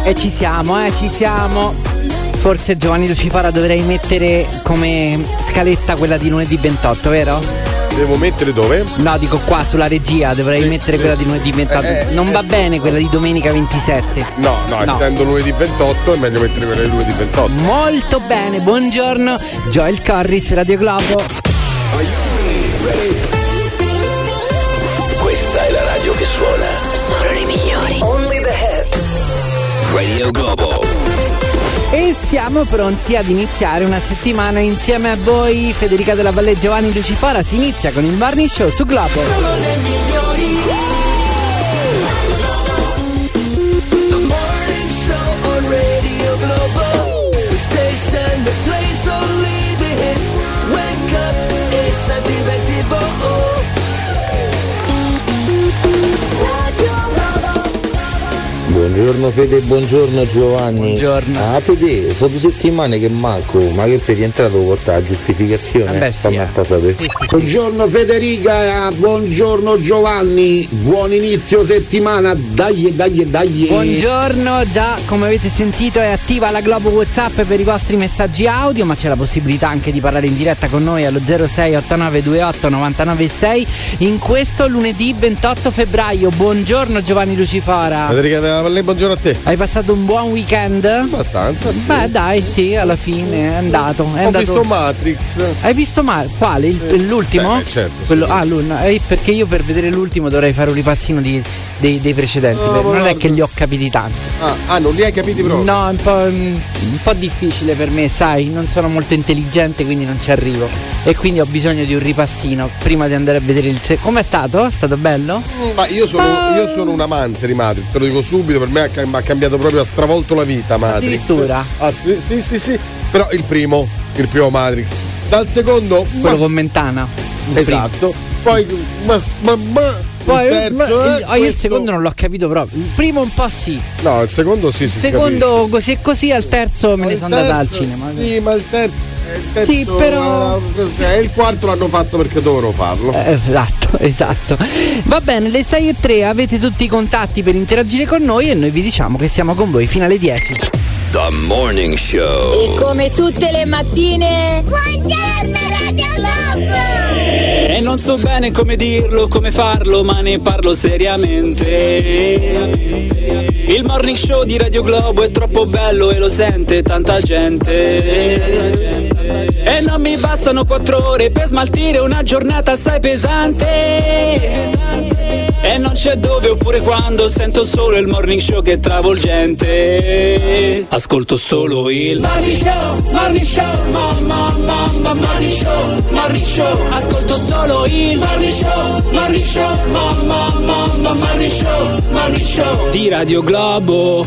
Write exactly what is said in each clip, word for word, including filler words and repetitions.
E ci siamo, eh, ci siamo. Forse Giovanni Lucifora dovrei mettere come scaletta quella di lunedì ventotto, vero? Devo mettere dove? No, dico qua sulla regia, dovrei sì, mettere sì. quella di lunedì ventotto. Eh, non eh, va eh, bene quella di domenica ventisette. No, no, no, essendo lunedì ventotto è meglio mettere quella di lunedì ventotto. Molto bene, buongiorno, Joel Corry su Radio Globo. Questa è la radio che suona. Sono i migliori. Only the hits. Radio Globo. E siamo pronti ad iniziare una settimana insieme a voi. Federica Della Valle e Giovanni Lucifora. Si inizia con il Morning Show su Globo. Sono le migliori. The Morning Show on Radio Globo. The station that plays only the hits. Wake up e sei diventivo. Buongiorno Fede, buongiorno Giovanni. Buongiorno. Ah Fede, sono due settimane che manco, ma che per rientrare devo portare la giustificazione? Vabbè, sì, eh. Sì, sì, sì. Buongiorno Federica, buongiorno Giovanni, buon inizio settimana, dai dai dai. Buongiorno, già come avete sentito è attiva la Globo WhatsApp per i vostri messaggi audio, ma c'è la possibilità anche di parlare in diretta con noi allo zero sei otto nove due otto nove nove sei in questo lunedì ventotto febbraio. Buongiorno Giovanni Lucifora. Federica Della Valle, buongiorno a te. Hai passato un buon weekend? Abbastanza. Sì. Beh dai, sì, alla fine è andato. È Ho andato... visto Matrix. Hai visto Mar- quale? Il, sì. L'ultimo? Beh, certo. Quello, sì. Ah, l'ultimo. Eh, perché io per vedere l'ultimo dovrei fare un ripassino di, dei, dei precedenti. No, non guarda. è che li ho capiti tanti. Ah, ah, non li hai capiti proprio? No, è un po', un po' difficile per me, sai, non sono molto intelligente, quindi non ci arrivo. E quindi ho bisogno di un ripassino prima di andare a vedere il secondo. Com'è stato? È stato bello? Ma io sono, ah. io sono un amante di Matrix, te lo dico subito, per me ha, ha cambiato proprio, ha stravolto la vita Matrix. Addirittura? Ah, sì, sì, sì, sì. Però il primo, il primo Matrix. Dal secondo. Quello ma... con Mentana. Esatto. Poi. Ma, ma, ma. Poi il terzo, ma, eh, il, oh, io il secondo non l'ho capito proprio. Il primo un po' sì. No, il secondo sì, il si secondo capisce. così e così, al terzo me ma ne sono andata al cinema. Sì, ma il terzo. Il terzo sì, però. Era, il quarto l'hanno fatto perché dovevano farlo. Eh, esatto, esatto. Va bene, le sei e tre avete tutti i contatti per interagire con noi e noi vi diciamo che siamo con voi fino alle dieci. The Morning Show. E come tutte le mattine. Buongiorno Radio Globo. E non so bene come dirlo, come farlo, ma ne parlo seriamente. Il Morning Show di Radio Globo è troppo bello e lo sente tanta gente. E non mi bastano quattro ore per smaltire una giornata assai pesante. E non c'è dove oppure quando sento solo il Morning Show che è travolgente. Ascolto solo il Morning Show, Morning Show, mamma, mamma, Morning Show, Morning Show. Ascolto solo il Morning Show, Morning Show, mamma, mamma, Morning Show, Morning Show di Radio Globo.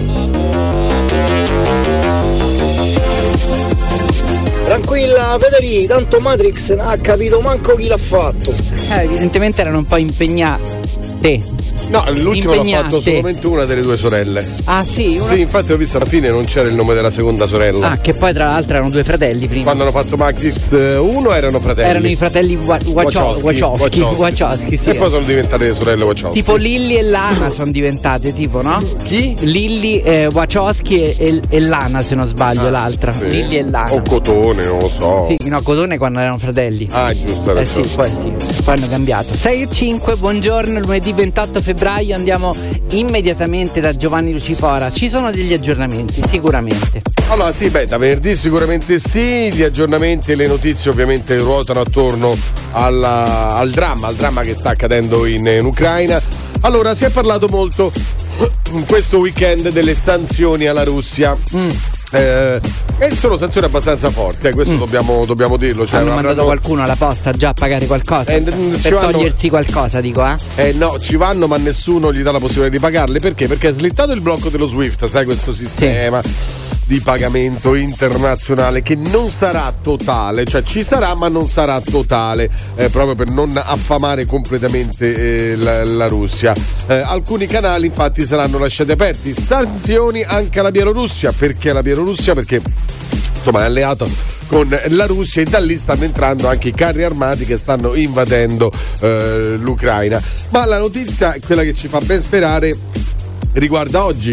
Tranquilla Federica, tanto Matrix non ha capito manco chi l'ha fatto. Eh, evidentemente erano un po' impegnate. No, l'ultimo l'ha fatto solamente una delle due sorelle. Ah sì? Una... Sì, infatti ho visto alla fine non c'era il nome della seconda sorella. Ah, che poi tra l'altro erano due fratelli prima. Quando hanno fatto Matrix uno erano fratelli. Erano i fratelli Wachowski, Wachowski, Wachowski, sì. E poi sono diventate le sorelle Wachowski. Tipo Lily e Lana sono diventate, tipo, no? Chi? Lily, eh, Wachowski e, e, e Lana, se non sbaglio, ah, l'altra. Sì. Lily e Lana. O Cotone, non lo so. Sì, no, Cotone quando erano fratelli. Ah, giusto. Eh sì, poi sì, poi hanno cambiato. sei e cinque, buongiorno, lunedì ventotto febbraio, andiamo immediatamente da Giovanni Lucifora. Ci sono degli aggiornamenti, sicuramente. Allora sì, beh, da venerdì sicuramente sì, gli aggiornamenti e le notizie ovviamente ruotano attorno alla, al dramma, al dramma che sta accadendo in, in Ucraina. Allora, si è parlato molto in questo weekend delle sanzioni alla Russia. Mm. Eh, e sono sanzioni abbastanza forti, eh, questo mm. dobbiamo, dobbiamo dirlo. Cioè, hanno mandato avranno... qualcuno alla posta già a pagare qualcosa eh, per vanno... togliersi qualcosa, dico, eh? Eh no, ci vanno, ma nessuno gli dà la possibilità di pagarle. Perché? Perché è slittato il blocco dello SWIFT, sai, questo sistema sì. di pagamento internazionale che non sarà totale, cioè ci sarà ma non sarà totale, eh, proprio per non affamare completamente eh, la, la Russia. Eh, alcuni canali infatti saranno lasciati aperti, sanzioni anche alla Bielorussia. Perché la Bielorussia? Perché insomma è alleato con la Russia e da lì stanno entrando anche i carri armati che stanno invadendo eh, l'Ucraina. Ma la notizia, quella che ci fa ben sperare, riguarda oggi.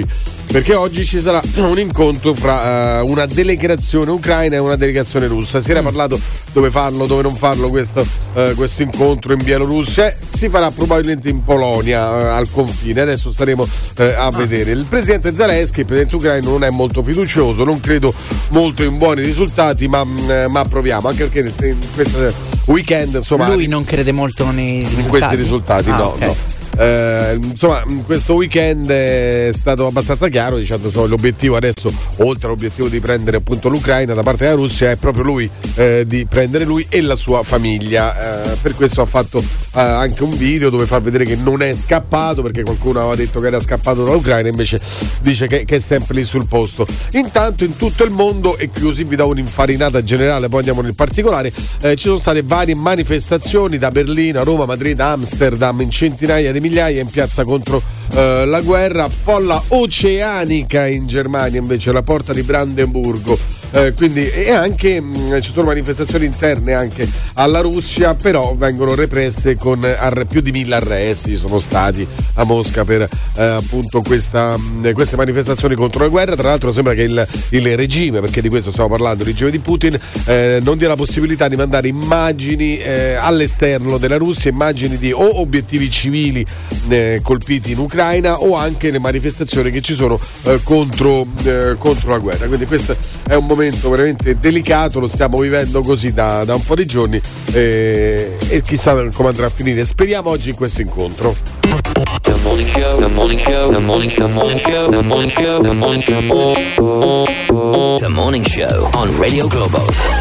perché oggi ci sarà un incontro fra uh, una delegazione ucraina e una delegazione russa. Si era parlato dove farlo, dove non farlo questo, uh, questo incontro in Bielorussia. Si farà probabilmente in Polonia, uh, al confine. Adesso staremo uh, a vedere. Il presidente Zelensky, il presidente ucraino, non è molto fiducioso, non credo molto in buoni risultati, ma, uh, ma proviamo, anche perché in questo weekend, insomma, lui non crede molto nei risultati. In questi risultati, ah, no, okay. no. Eh, insomma, questo weekend è stato abbastanza chiaro, dicendo insomma, l'obiettivo adesso, oltre all'obiettivo di prendere appunto l'Ucraina da parte della Russia, è proprio lui, eh, di prendere lui e la sua famiglia. Eh, per questo ha fatto eh, anche un video dove far vedere che non è scappato, perché qualcuno aveva detto che era scappato dall'Ucraina, invece dice che, che è sempre lì sul posto. Intanto in tutto il mondo, e così vi do un'infarinata generale, poi andiamo nel particolare, eh, ci sono state varie manifestazioni da Berlino a Roma, Madrid, Amsterdam, in centinaia di migliaia in piazza contro uh, la guerra. Folla oceanica in Germania, invece, alla porta di Brandeburgo. Eh, quindi, e anche mh, ci sono manifestazioni interne anche alla Russia, però vengono represse con arre- più di mille arresti sono stati a Mosca per eh, appunto questa, mh, queste manifestazioni contro la guerra. Tra l'altro sembra che il, il regime, perché di questo stiamo parlando, il regime di Putin, eh, non dia la possibilità di mandare immagini eh, all'esterno della Russia, immagini di o obiettivi civili eh, colpiti in Ucraina, o anche le manifestazioni che ci sono eh, contro, eh, contro la guerra. Quindi questo è un momento veramente delicato, lo stiamo vivendo così da, da un po' di giorni, eh, e chissà come andrà a finire. Speriamo oggi in questo incontro. The morning show, the morning show, the morning show, morning show, the morning show, the morning show, the morning show on Radio Globo.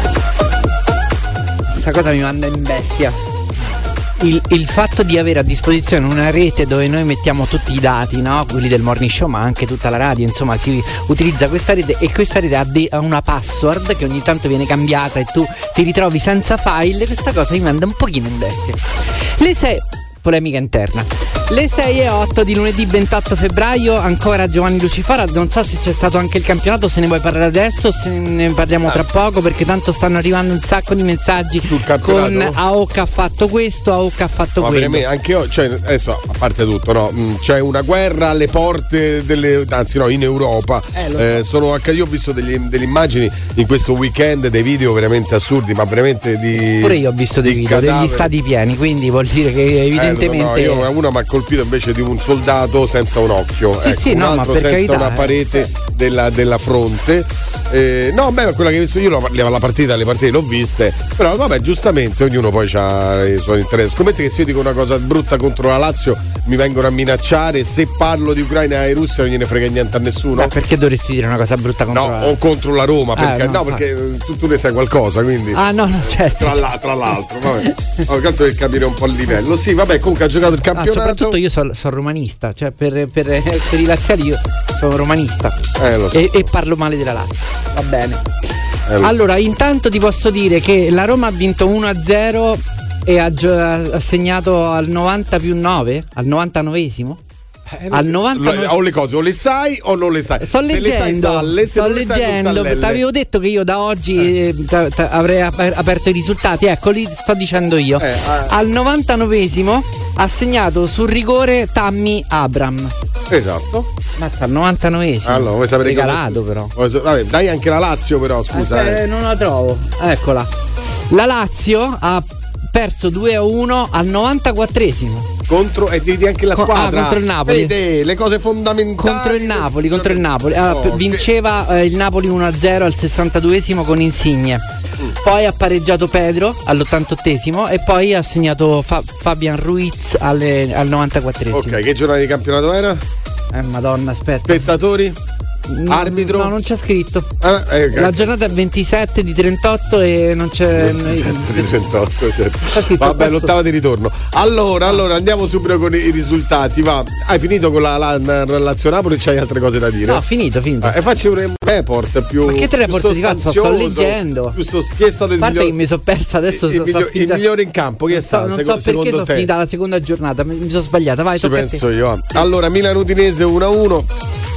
Questa cosa mi manda in bestia. Il, il fatto di avere a disposizione una rete dove noi mettiamo tutti i dati, no? Quelli del morning show, ma anche tutta la radio, insomma, si utilizza questa rete, e questa rete ha, de- ha una password che ogni tanto viene cambiata e tu ti ritrovi senza file. Questa cosa mi manda un pochino in bestia. Le sei polemica interna. Le sei e otto di lunedì ventotto febbraio, ancora Giovanni Lucifora. Non so se c'è stato anche il campionato, se ne vuoi parlare adesso o se ne parliamo tra poco, perché tanto stanno arrivando un sacco di messaggi sul campionato. Con Aoka ha fatto questo, Aoka ha fatto no, quello. Per me anche io, cioè, adesso a parte tutto, no, c'è una guerra alle porte delle, anzi no, in Europa. Eh, lo eh, sono, io ho visto degli, delle immagini in questo weekend, dei video veramente assurdi, ma veramente di. Pure io ho visto dei video cadaveri. Degli stadi pieni, quindi vuol dire che evidentemente. Eh, no, io una mi ha colpito invece di un soldato senza un occhio, sì, ecco, sì, un no, altro ma per senza carità, una parete eh. della, della fronte. Eh, no, beh, quella che ho visto io, la partita, le partite le ho viste, però vabbè, giustamente ognuno poi ha i suoi interessi. Scommetti che se io dico una cosa brutta contro la Lazio mi vengono a minacciare, se parlo di Ucraina e Russia non gliene frega niente a nessuno. Ma perché dovresti dire una cosa brutta contro no, la... o contro la Roma, perché, ah, no, no, perché tu, tu ne sai qualcosa, quindi. Ah no, no, certo. Tra, la, tra l'altro, vabbè. Ho tanto per capire un po' il livello. Sì, vabbè, comunque ha giocato il campionato. Ah, soprattutto io sono so romanista, cioè per, per, per i laziali io sono romanista. Eh, lo so. e, e parlo male della Lazio. Va bene. Eh, allora, intanto ti posso dire che la Roma ha vinto uno a zero e ha, gio- ha segnato al novanta più nove, al novantanovesimo. Eh, al novanta o le cose o le sai o non le sai. Sto se leggendo, le sai salle, se sto non leggendo. Ti avevo detto che io da oggi eh. t- t- avrei ap- aperto i risultati. Ecco, li sto dicendo io. Eh, eh. Al novantanovesimo ha segnato sul rigore Tammy Abraham. Esatto. Mazza, al novantanovesimo. Allora, vuoi sapere regalato cosa... però. Vabbè, dai anche la Lazio però, scusa. Eh, eh. Non la trovo. Eccola. La Lazio ha perso due a uno al novantaquattresimo. Contro e vedi anche la Co- squadra. Ah, contro il Napoli. Vedi le cose fondamentali. Contro il Napoli, contro il Napoli. Allora, oh, vinceva eh, il Napoli uno a zero al sessantaduesimo con Insigne. Mm. Poi ha pareggiato Pedro all'ottantottesimo e poi ha segnato Fa- Fabian Ruiz alle, al novantaquattresimo. Ok, che giornata di campionato era? Eh madonna, aspetta. Spettatori? Mm, Arbitro? No, non c'è scritto. Ah, eh, okay. La giornata è ventisette di trentotto e non c'è ventisette di trentotto, certo. Vabbè, questo... l'ottava di ritorno. Allora, allora andiamo subito con i risultati. Va. Hai finito con la, la, la Lazio Napoli? C'hai altre cose da dire? No, finito, finito. Ah, e facci un report più. Ma che te report di cazzo? Sto leggendo. Più sos- chi è stato il A parte miglior... che mi sono persa adesso. Il, so, miglior, so il migliore in campo, chi è stato? Non Seco- so perché sono te? finita la seconda giornata. Mi, mi sono sbagliata. Vai, Ci tocca penso a te. io. Allora, Milan Udinese uno a uno.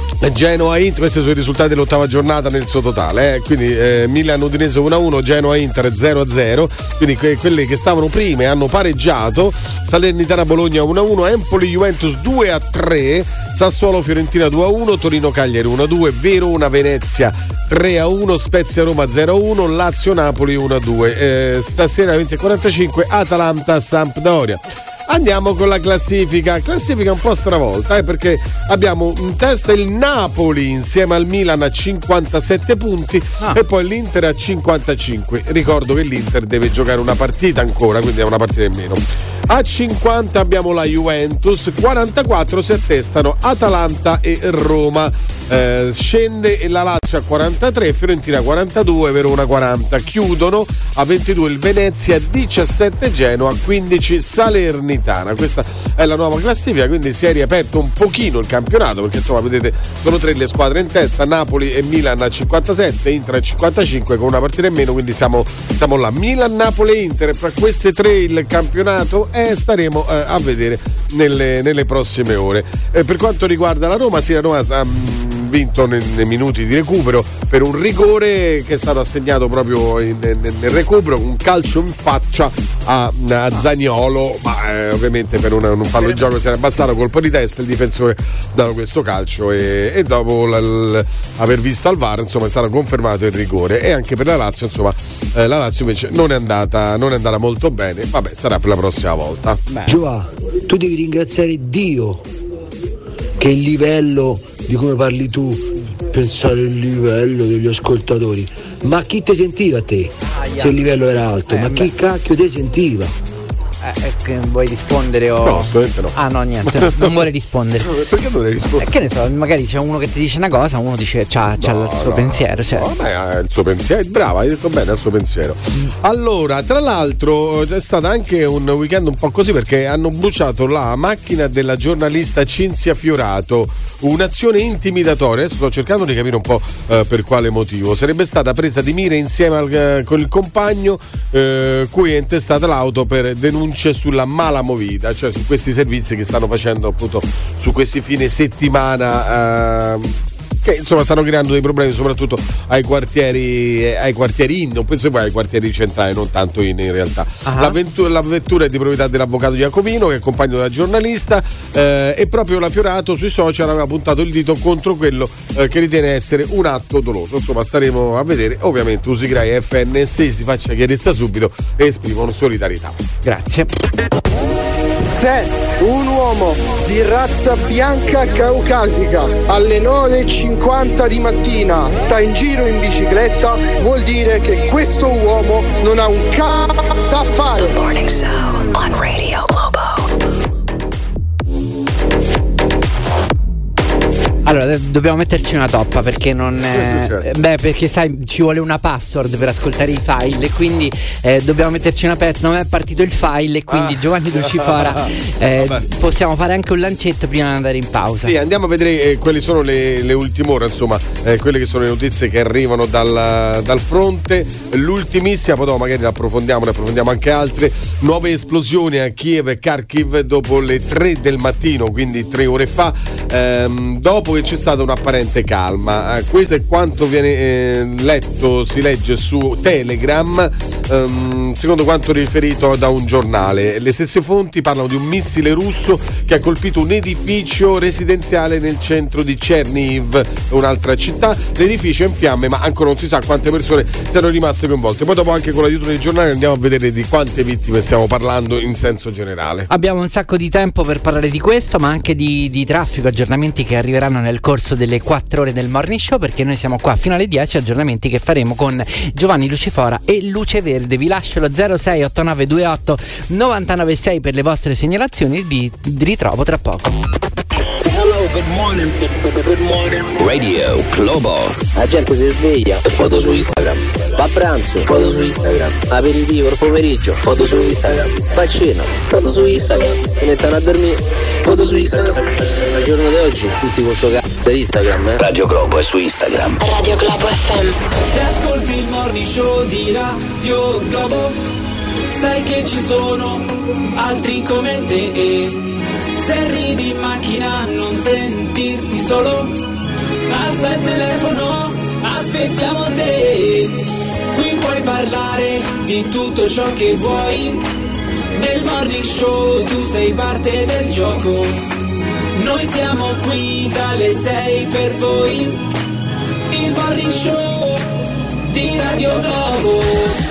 Genoa Inter, questi sono i risultati dell'ottava giornata nel suo totale, eh? Quindi eh, Milan Udinese uno a uno, Genoa Inter zero a zero, quindi que- quelli che stavano prime hanno pareggiato, Salernitana Bologna uno a uno, Empoli Juventus due a tre, Sassuolo Fiorentina due a uno, Torino Cagliari uno a due, Verona Venezia tre a uno, Spezia Roma zero a uno, Lazio Napoli uno a due, eh, stasera venti e quarantacinque Atalanta Sampdoria. Andiamo con la classifica, classifica un po' stravolta, eh, perché abbiamo in testa il Napoli insieme al Milan a cinquantasette punti ah. e poi l'Inter a cinquantacinque. Ricordo che l'Inter deve giocare una partita ancora, quindi è una partita in meno. A cinquanta abbiamo la Juventus, quarantaquattro si attestano Atalanta e Roma. Eh, scende la Lazio a quarantatré, Fiorentina quarantadue, Verona quaranta. Chiudono a ventidue il Venezia, diciassette Genoa, quindici Salernitana. Questa è la nuova classifica, quindi si è riaperto un pochino il campionato, perché insomma vedete sono tre le squadre in testa, Napoli e Milan a cinquantasette, Inter a cinquantacinque con una partita in meno, quindi siamo, siamo là. Milan, Napoli e Inter, fra queste tre il campionato e staremo eh, a vedere nelle, nelle prossime ore. Eh, per quanto riguarda la Roma, sì, la Roma ha um, vinto nei, nei minuti di recupero per un rigore che è stato assegnato proprio in, nel, nel recupero, un calcio in faccia a, a Zaniolo, ma eh, ovviamente per una, un fallo di gioco si era bastato, colpo di testa, il difensore dà questo calcio e, e dopo l, l, aver visto al V A R insomma è stato confermato il rigore. E anche per la Lazio insomma eh, la Lazio invece non è andata non è andata molto bene, vabbè, sarà per la prossima volta. Giova, tu devi ringraziare Dio che il livello di come parli tu, pensare al livello degli ascoltatori, ma chi ti sentiva a te? Se il livello era alto, eh, ma chi beh. cacchio ti sentiva? Eh, che vuoi rispondere o... No, assolutamente no. Ah no, niente, non vuole rispondere. Perché dovrei rispondere? Eh, che ne so, magari c'è uno che ti dice una cosa, uno dice c'ha, c'ha no, il suo no, pensiero, cioè. No, beh, è il suo pensiero, brava, hai detto bene, è il suo pensiero. Allora, tra l'altro c'è stato anche un weekend un po' così, perché hanno bruciato la macchina della giornalista Cinzia Fiorato, un'azione intimidatoria. Adesso sto cercando di capire un po' eh, per quale motivo. Sarebbe stata presa di mira insieme al, eh, con il compagno eh, cui è intestata l'auto per denunciare sulla mala movida, cioè su questi servizi che stanno facendo appunto su questi fine settimana eh, che insomma stanno creando dei problemi soprattutto ai quartieri ai quartieri in, non penso poi ai quartieri centrali, non tanto in in realtà. Uh-huh. La, ventura, la vettura è di proprietà dell'avvocato Iacovino, che è compagno della giornalista, eh, e proprio la Fiorato sui social aveva puntato il dito contro quello eh, che ritiene essere un atto doloso. Insomma staremo a vedere. Ovviamente Usigrai e F N S I si faccia chiarezza subito e esprimono solidarietà. Grazie. Se un uomo di razza bianca caucasica alle nove e cinquanta di mattina sta in giro in bicicletta, vuol dire che questo uomo non ha un c***o da fare. The Morning Show on Radio Globo. Allora, dobbiamo metterci una toppa perché non eh, beh, perché sai, ci vuole una password per ascoltare i file e quindi eh, dobbiamo metterci una pet. Non è partito il file e quindi ah. Giovanni Lucifora eh, possiamo fare anche un lancetto prima di andare in pausa. Sì, andiamo a vedere eh, quali sono le, le ultime ore, insomma, eh, quelle che sono le notizie che arrivano dal, dal fronte. L'ultimissima, poi dopo magari ne approfondiamo, ne approfondiamo anche altre. Nuove esplosioni a Kiev e Kharkiv dopo le tre del mattino, quindi tre ore fa, ehm, dopo che c'è stata un'apparente calma. Eh, questo è quanto viene eh, letto, si legge su Telegram, ehm, secondo quanto riferito da un giornale. Le stesse fonti parlano di un missile russo che ha colpito un edificio residenziale nel centro di Chernihiv, un'altra città. L'edificio è in fiamme, ma ancora non si sa quante persone siano rimaste coinvolte. Poi dopo, anche con l'aiuto del giornale, andiamo a vedere di quante vittime stiamo parlando in senso generale. Abbiamo un sacco di tempo per parlare di questo, ma anche di, di traffico, aggiornamenti che arriveranno nel corso delle quattro ore del Morning Show, perché noi siamo qua fino alle dieci, aggiornamenti che faremo con Giovanni Lucifora e Luce Verde. Vi lascio lo zero sei otto nove due otto nove nove sei per le vostre segnalazioni. Vi ritrovo tra poco. Hello, good morning, good morning. Radio Globo. La gente si sveglia, foto su Instagram. Va a pranzo, foto su Instagram. Aperitivo il pomeriggio, foto su Instagram. Va a cena, foto su Instagram. Si mettono a dormire, foto su Instagram. Al giorno di oggi tutti con sto c***o di Instagram, eh? Radio Globo è su Instagram. Radio Globo F M. Se ascolti il Morning Show di Radio Globo, sai che ci sono altri come te. Se ridi in macchina non sentirti solo, alza il telefono, aspettiamo te. Qui puoi parlare di tutto ciò che vuoi. Nel Morning Show tu sei parte del gioco. Noi siamo qui dalle sei per voi. Il Morning Show di Radio Globo.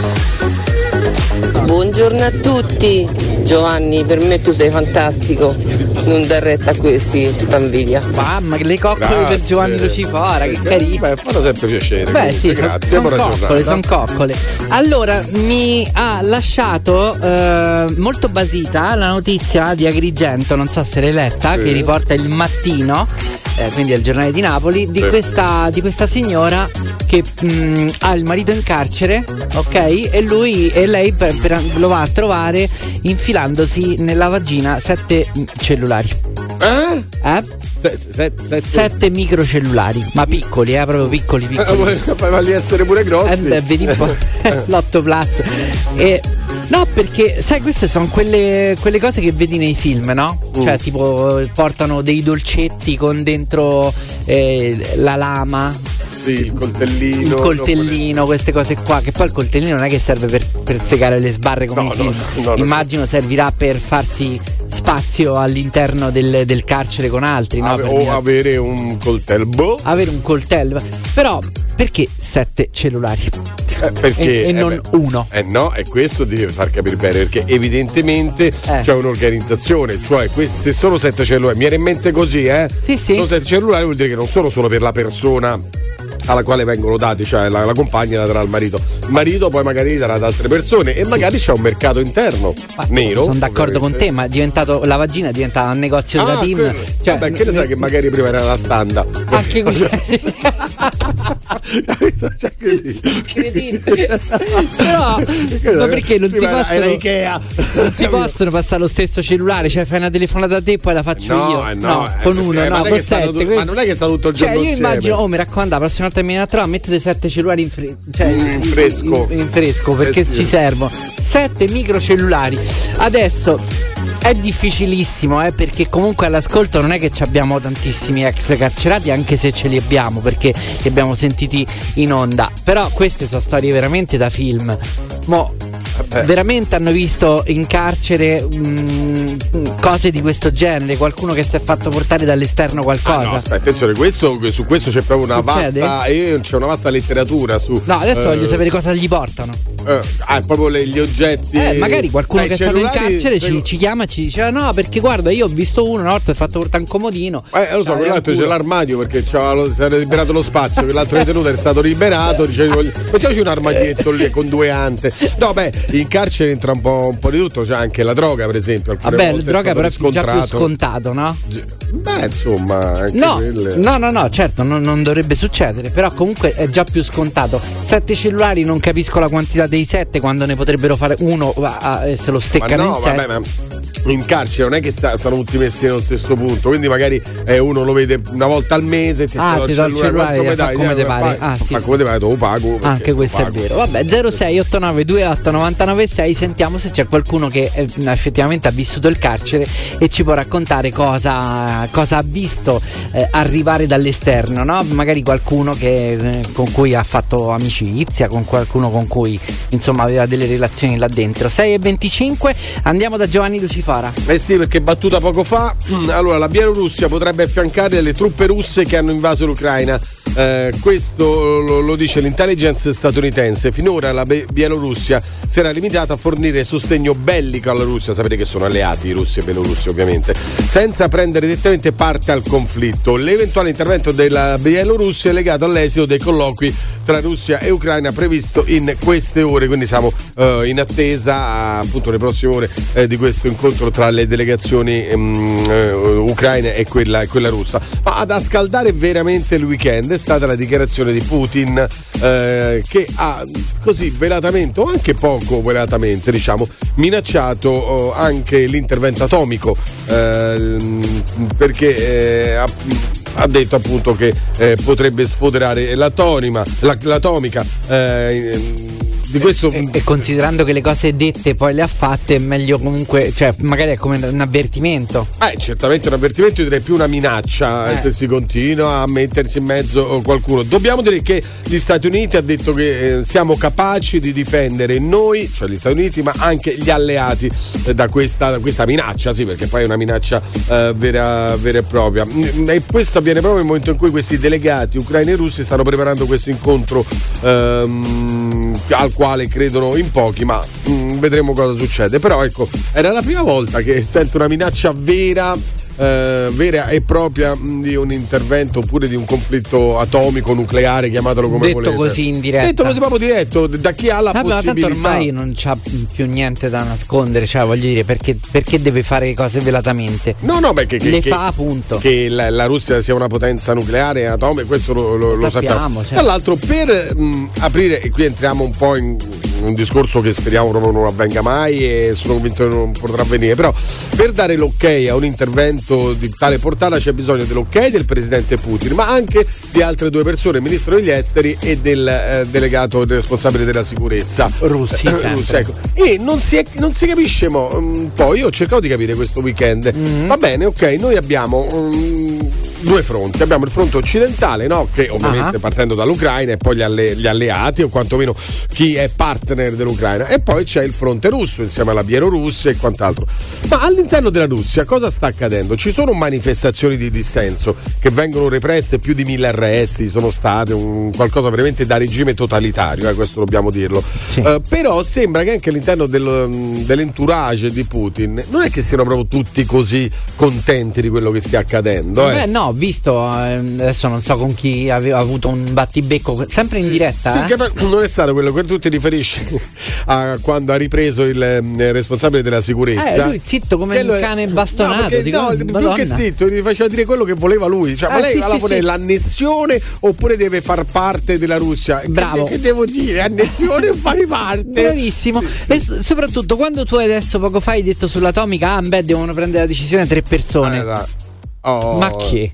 Buongiorno a tutti. Giovanni, per me tu sei fantastico. Non dar retta a questi, tutta invidia. Mamma, che le coccole Grazie. per Giovanni Lucifora, che carino. Beh, fanno sempre piacere. Beh, sì, grazie, sono buona coccole, giornata. sono coccole. Allora, mi ha lasciato eh, molto basita la notizia di Agrigento, non so se l'hai letta, Sì. che riporta Il Mattino, eh, quindi è il giornale di Napoli, di, Sì. questa, di questa signora che mh, ha il marito in carcere, ok? E lui e lei per, per- lo va a trovare infilandosi nella vagina sette cellulari. Eh? Eh? Se- se- sette- Sette microcellulari, ma piccoli, eh, proprio piccoli, piccoli. Fai essere pure grossi. Eh beh, vedi un po' l'otto plus. E no, perché sai, queste sono quelle, quelle cose che vedi nei film, no? Mm. Cioè, tipo, portano dei dolcetti con dentro eh, la lama. Sì, il coltellino. Il coltellino, queste cose qua. Che poi il coltellino non è che serve per, per segare le sbarre come No, i film. no, no, no. Immagino servirà per farsi spazio all'interno del, del carcere con altri, no? Ave- Per o dire- avere un coltello. Boh. avere un coltello. Però perché sette cellulari? Eh, perché E- e eh non beh, uno. Eh no, e questo deve far capire bene, perché evidentemente Eh. c'è un'organizzazione, cioè questi, se sono sette cellulari, mi era in mente così, eh? Sì, sì. Sono sette cellulari, vuol dire che non sono solo per la persona alla quale vengono dati, cioè la, la compagna la darà al marito, il marito poi magari li darà ad altre persone e magari c'è un mercato interno nero. Sono d'accordo con ovviamente. te, ma è diventato, la vagina è diventata un negozio Ah, della team. quello- Cioè, vabbè, che ne sai che magari prima era la standa. anche così. Cioè, quindi- Cretino. Però, ma perché non si Prima era- possono era Ikea. non si possono passare lo stesso cellulare, cioè fai una telefonata a te e poi la faccio No, io. eh, no, eh, con sì, uno, eh, ma no, non è con che stanno sette. tu- quindi- ma non è che sta tutto il Cioè, giorno io insieme. immagino, oh, mi raccomando, la prossima volta che mi viene a trovare, mettete sette cellulari in, fre- cioè, In fresco. in, in fresco, perché Eh sì. ci servono sette microcellulari. Adesso è difficilissimo, eh, perché comunque all'ascolto non è che ci abbiamo tantissimi ex carcerati, anche se ce li abbiamo, perché li abbiamo sentiti in onda. Però queste sono storie veramente da film. Mo, Vabbè. veramente hanno visto in carcere mh, cose di questo genere? Qualcuno che si è fatto portare dall'esterno qualcosa? Ah, no, aspetta, attenzione, questo, su questo c'è proprio una Succede? vasta. Eh, c'è una vasta letteratura su. No, adesso eh, voglio sapere cosa gli portano. eh, ah, proprio le- gli oggetti. Eh, magari qualcuno Eh, che è stato in cellulari, carcere se- ci, ci chiama e ci dice: "Ah, no, perché guarda, io ho visto uno una volta e ho fatto portare un comodino." Eh, lo so, Dai, quell'altro al c'è culo. l'armadio perché c'era lo- si era liberato lo spazio, quell'altro detenuto è stato liberato. Dice, voglio- mettiamoci un armadietto lì con due ante. No, beh, in carcere entra un po', un po' di tutto, c'è anche la droga, per esempio. alcune Vabbè, la volte è droga stato però è già più riscontrato. scontato, no? Beh, insomma, anche No, quelle. no, no, no, certo, non, non dovrebbe succedere, però comunque è già più scontato. Sette cellulari, non capisco la quantità dei sette quando ne potrebbero fare uno ah, ah, e se lo Ma steccano no, in sette. vabbè, ma in carcere non è che sta, stanno tutti messi nello stesso punto, quindi magari eh, uno lo vede una volta al mese, ti Ah, do ti do il cellulare, quanto mi fa dai? come Eh, te pare. fa- Ah, sì, fa sì. come te pare, te lo pago. perché Anche lo questo è pago. vero. Vabbè, zero sei otto nove due otto nove nove sei, sentiamo se c'è qualcuno che eh, effettivamente ha vissuto il carcere e ci può raccontare cosa, cosa ha visto eh, arrivare dall'esterno, no? Magari qualcuno che, eh, con cui ha fatto amicizia, con qualcuno con cui insomma aveva delle relazioni là dentro. sei e venticinque, andiamo da Giovanni Lucifora. Eh sì, perché battuta poco fa. Allora, la Bielorussia potrebbe affiancare le truppe russe che hanno invaso l'Ucraina. Eh, questo lo, lo dice l'intelligence statunitense. Finora la Be- Bielorussia si era limitata a fornire sostegno bellico alla Russia. Sapete che sono alleati Russia e Bielorussia, ovviamente, senza prendere direttamente parte al conflitto. L'eventuale intervento della Bielorussia è legato all'esito dei colloqui tra Russia e Ucraina previsto in queste ore, quindi siamo eh, in attesa appunto nelle prossime ore eh, di questo incontro tra le delegazioni um, eh, ucraine e quella, e quella russa. Ma ad a scaldare veramente il weekend è stata la dichiarazione di Putin eh, che ha così velatamente o anche poco velatamente, diciamo, minacciato oh, anche l'intervento atomico eh, perché eh, ha, ha detto appunto che eh, potrebbe sfoderare l'atonima, la, l'atomica eh, di questo e, e considerando che le cose dette poi le ha fatte, è meglio comunque, cioè magari è come un avvertimento. Eh, certamente un avvertimento, io direi più una minaccia eh. se si continua a mettersi in mezzo qualcuno. Dobbiamo dire che gli Stati Uniti ha detto che eh, siamo capaci di difendere noi, cioè gli Stati Uniti, ma anche gli alleati eh, da, questa, da questa minaccia, sì, perché poi è una minaccia eh, vera, vera e propria. E questo avviene proprio nel momento in cui questi delegati ucraini e russi stanno preparando questo incontro ehm, al quale credono in pochi, ma mh, vedremo cosa succede. Però ecco, era la prima volta che sento una minaccia vera Uh, vera e propria mh, di un intervento oppure di un conflitto atomico nucleare, chiamatelo come detto volete. Così in diretta. Detto così proprio diretto, da chi ha la Vabbè, possibilità. Ma tanto ormai non c'ha più niente da nascondere, cioè voglio dire, perché, perché deve fare cose velatamente? No, no, beh, che, che, le che, fa appunto. Che la, la Russia sia una potenza nucleare atomica, questo lo, lo, lo sappiamo. sappiamo. Certo. Tra l'altro, per mh, aprire, e qui entriamo un po' in un discorso che speriamo proprio non avvenga mai e sono convinto che non potrà avvenire, però per dare l'ok a un intervento di tale portata c'è bisogno dell'ok del presidente Putin, ma anche di altre due persone, il ministro degli esteri e del eh, delegato responsabile della sicurezza russi, eh, russi ecco. E non si, è, non si capisce mo, um, poi io ho cercato di capire questo weekend. Mm-hmm. Va bene, ok, noi abbiamo um, due fronti, abbiamo il fronte occidentale, no? Che ovviamente uh-huh. partendo dall'Ucraina e poi gli, alle, gli alleati o quantomeno chi è partner dell'Ucraina, e poi c'è il fronte russo insieme alla Bielorussia e quant'altro. Ma all'interno della Russia cosa sta accadendo? Ci sono manifestazioni di dissenso che vengono represse, più di mille arresti sono state, un, qualcosa veramente da regime totalitario, eh, questo dobbiamo dirlo. Sì. Uh, però sembra che anche all'interno del, dell'entourage di Putin non è che siano proprio tutti così contenti di quello che stia accadendo. Eh. Beh, no, visto, adesso non so con chi aveva avuto un battibecco, sempre in sì, diretta. Sì, eh? che non è stato quello che tu ti riferisci a quando ha ripreso il eh, responsabile della sicurezza. Eh, lui zitto come un cane bastonato. No, perché, dico, no più che zitto, gli faceva dire quello che voleva lui. Cioè, eh, ma lei sì, alla sì, fine sì. l'annessione oppure deve far parte della Russia? Bravo. Che, che devo dire? Annessione o fare parte? Bravissimo. Sì, sì. E soprattutto quando tu adesso poco fa hai detto sull'atomica, ah beh, devono prendere la decisione tre persone. Eh, Oh. Ma che?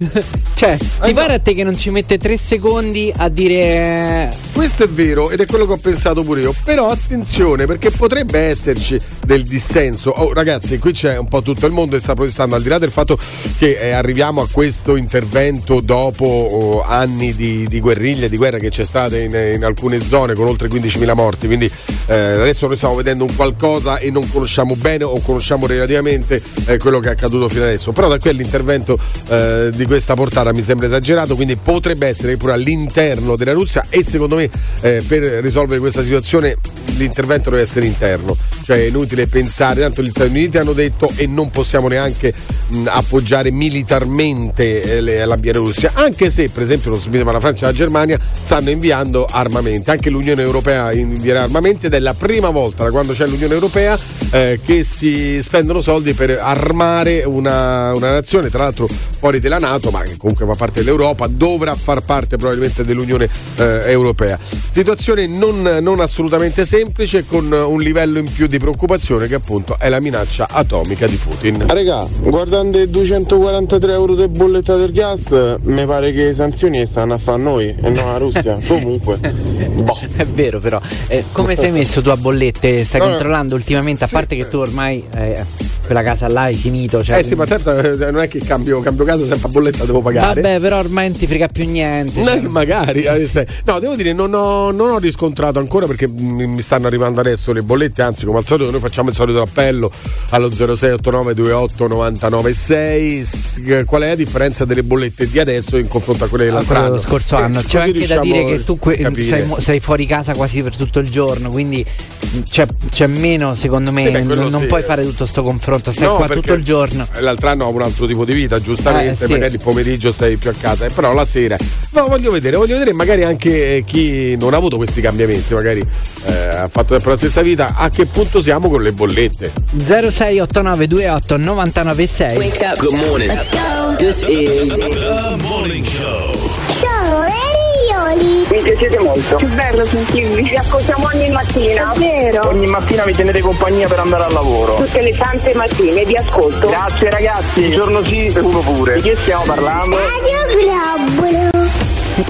Cioè, ti pare a te che non ci mette tre secondi a dire. Questo è vero ed è quello che ho pensato pure io. Però attenzione, perché potrebbe esserci del dissenso. Oh, ragazzi, qui c'è un po' tutto il mondo che sta protestando, al di là del fatto che eh, arriviamo a questo intervento dopo oh, anni di, di guerriglia, di guerra che c'è stata in, in alcune zone con oltre quindicimila morti. Quindi eh, adesso noi stiamo vedendo un qualcosa e non conosciamo bene o conosciamo relativamente eh, quello che è accaduto fino adesso. Però da qui all'intervento L'intervento eh, di questa portata mi sembra esagerato, quindi potrebbe essere pure all'interno della Russia e secondo me eh, per risolvere questa situazione l'intervento deve essere interno, cioè è inutile pensare, tanto gli Stati Uniti hanno detto e non possiamo neanche mh, appoggiare militarmente eh, le, la Bielorussia, anche se per esempio lo sapete, ma la Francia e la Germania stanno inviando armamenti, anche l'Unione Europea invierà armamenti ed è la prima volta da quando c'è l'Unione Europea eh, che si spendono soldi per armare una, una nazione, tra l'altro fuori della NATO, ma che comunque fa parte dell'Europa, dovrà far parte probabilmente dell'Unione eh, Europea. Situazione non, non assolutamente semplice, con un livello in più di preoccupazione che appunto è la minaccia atomica di Putin. Raga, guardando i duecentoquarantatré euro di bolletta del gas, mi pare che le sanzioni stanno a fare noi e non la Russia. Comunque, boh. È vero, però. Eh, come sei messo tu a bollette? Stai allora, controllando ultimamente, a sì. parte che tu ormai eh, quella casa là hai finito. Cioè, eh sì, ma tanto eh, non è che cambio, cambio casa, sempre a bolletta devo pagare. Vabbè, però ormai non ti frega più niente. Cioè. Eh, magari. Eh, no, devo dire, non ho, non ho riscontrato ancora, perché mi stanno arrivando adesso le bollette, anzi come al solito noi facciamo il solito appello allo zero sei otto nove due otto nove nove sei. Qual è la differenza delle bollette di adesso in confronto a quelle dell'altro anno? Lo scorso eh, anno. C'è anche da dire che tu que- sei, sei fuori casa quasi per tutto il giorno, quindi c'è, c'è meno, secondo me, sì, beh, non, non sì. puoi fare tutto sto confronto, stai no, qua tutto il giorno. L'altro anno ho un altro tipo di vita, giustamente, eh, sì. magari il pomeriggio stai più a casa, però la sera no, voglio vedere, voglio vedere magari anche chi non ha avuto questi cambiamenti, magari eh, ha fatto sempre la stessa vita, a che punto siamo con le bollette. zero sei otto nove due otto nove nove sei. Wake up. Good morning. Let's go. This is The Morning Show. Sono Erioli. Mi piacete molto. Che bello sentirvi. Vi ascoltiamo ogni mattina. È vero. Ogni mattina mi tenete compagnia per andare al lavoro. Tutte le sante mattine vi ascolto. Grazie ragazzi. Un giorno sì e uno pure. Di che stiamo parlando? Radio Globo. Che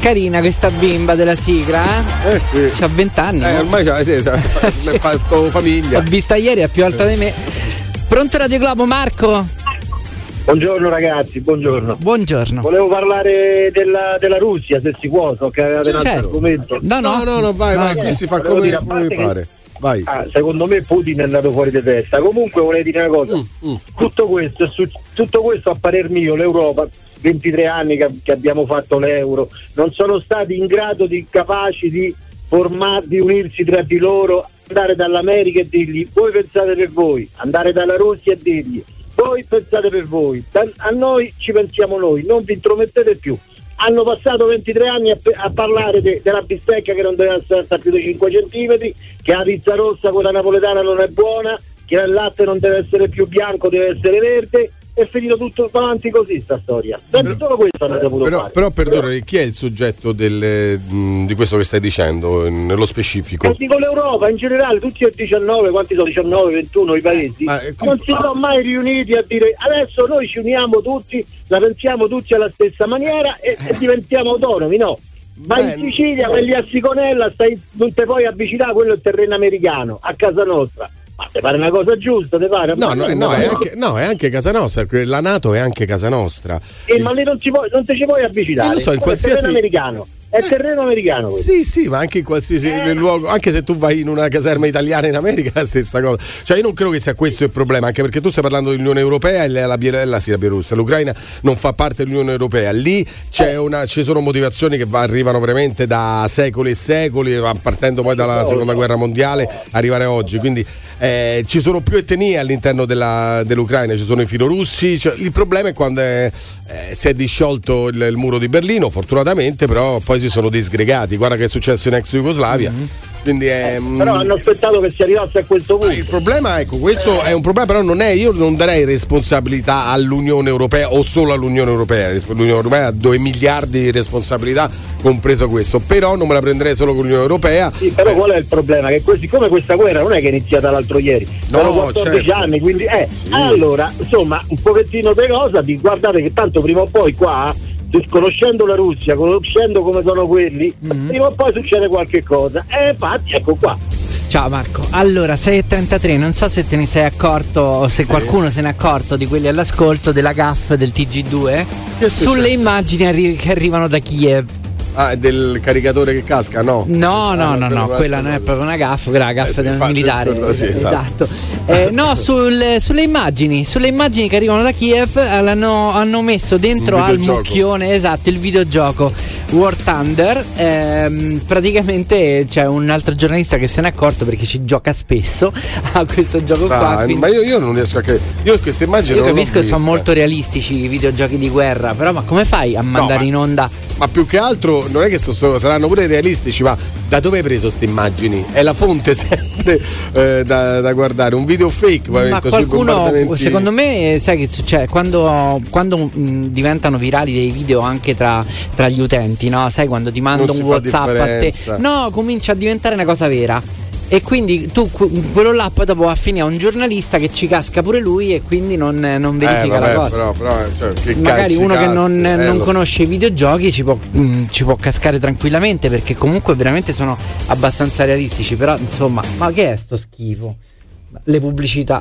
carina questa bimba della sigla, eh? Eh sì. C'ha vent'anni. Eh, no? ormai c'ha, sì, c'ha, sì. Ha fatto famiglia. L'ho vista ieri, è più alta di me. Pronto Radio Globo, Marco? Buongiorno ragazzi, buongiorno. Buongiorno. Volevo parlare della, della Russia, se si può, so che avevate un altro certo. argomento. No, no, no, no, no vai, no, vai, no. qui si fa Volevo come, dire, a come parte pare. che- Vai. Ah, secondo me Putin è andato fuori di testa. Comunque volevo dire una cosa, Mm, mm. tutto questo, è su- tutto questo a parer mio, l'Europa, ventitré anni che, che abbiamo fatto l'euro, non sono stati in grado di capaci di formar, di unirsi tra di loro, andare dall'America e dirgli voi pensate per voi, andare dalla Russia e dirgli voi pensate per voi, Da- a noi ci pensiamo noi, non vi intromettete più. Hanno passato ventitré anni a, a parlare de, della bistecca che non deve essere alta più di cinque centimetri, che la pizza rossa, quella napoletana, non è buona, che il latte non deve essere più bianco, deve essere verde. È finito tutto avanti così sta storia. Però, solo questo hanno saputo Però, fare. però perdonami, chi è il soggetto del, mh, di questo che stai dicendo, nello specifico? E dico l'Europa in generale, tutti e diciannove, quanti sono? diciannove, ventuno i paesi, Ma, eh, non si sono mai riuniti a dire adesso noi ci uniamo tutti, la pensiamo tutti alla stessa maniera e, e diventiamo autonomi, no? Ma Beh, in Sicilia, quelli a Siconella, stai, non te puoi avvicinare, quello è il terreno americano, a casa nostra. Ma te pare una cosa giusta, te pare? No, Ma no, no, è anche, no, è anche casa nostra, perché la NATO è anche casa nostra. Eh, ma lì non, ci puoi, non te ci puoi avvicinare. Io lo so, in Quello è qualsiasi- terreno americano. È terreno americano questo. Sì, sì, ma anche in qualsiasi luogo, anche se tu vai in una caserma italiana in America è la stessa cosa. Cioè io non credo che sia questo il problema, anche perché tu stai parlando dell'Unione Europea e la, la, la, sì, la Bielorussia, l'Ucraina non fa parte dell'Unione Europea. Lì c'è una, ci sono motivazioni che va, arrivano veramente da secoli e secoli, partendo poi dalla seconda guerra mondiale, arrivare a oggi. Quindi eh, ci sono più etnie all'interno della, dell'Ucraina, ci sono i filorussi. Cioè, il problema è quando è, eh, si è disciolto il, il muro di Berlino, fortunatamente, però poi si sono disgregati. Guarda che è successo in ex Jugoslavia. Mm-hmm. Quindi è, eh, però hanno aspettato che si arrivasse a questo punto. Il problema, ecco, questo è un problema, però non è, io non darei responsabilità all'Unione Europea o solo all'Unione Europea. L'Unione Europea ha due miliardi di responsabilità, compreso questo, però non me la prenderei solo con l'Unione Europea. Sì, però eh. qual è il problema? Che que- siccome questa guerra non è che è iniziata l'altro ieri, no, sono quattordici certo. anni, quindi eh, sì. allora, insomma, un pochettino di cosa, di guardate che tanto prima o poi qua, conoscendo la Russia, conoscendo come sono quelli, mm-hmm. prima o poi succede qualche cosa. E infatti, ecco qua. Ciao Marco, allora sei e trentatré, non so se te ne sei accorto o se sì. qualcuno se ne è accorto di quelli all'ascolto della gaffe del T G due sulle immagini arri- che arrivano da Kiev. Ah, del caricatore che casca? No, no, no, ah, no, no, quella non è proprio una gaffa, quella è la gaffa eh, del militare. Assurdo, sì, esatto. esatto. Eh, no, sul, sulle immagini, sulle immagini che arrivano da Kiev l'hanno, hanno messo dentro al mucchione, esatto, il videogioco War Thunder. Ehm, praticamente c'è un altro giornalista che se n'è accorto perché ci gioca spesso a questo gioco ah, qua. Quindi... Ma io, io non riesco a che. Io queste immagini io non capisco che sono molto realistici i videogiochi di guerra, però ma come fai a mandare no, ma, in onda? Ma più che altro non è che so, so, saranno pure realistici, ma da dove hai preso queste immagini? È la fonte sempre eh, da, da guardare, un video fake. Ma qualcuno, secondo me, sai che succede quando, quando mh, diventano virali dei video anche tra, tra gli utenti, no? Sai quando ti mando un WhatsApp a te, no, comincia a diventare una cosa vera. E quindi tu quello là poi dopo va a finire a un giornalista che ci casca pure lui e quindi non, non verifica eh, vabbè, la cosa. Però, però, cioè, che magari uno caschi, che non, eh, non conosce i videogiochi ci può, mh, ci può cascare tranquillamente, perché comunque veramente sono abbastanza realistici. Però insomma, ma che è sto schifo? Le pubblicità,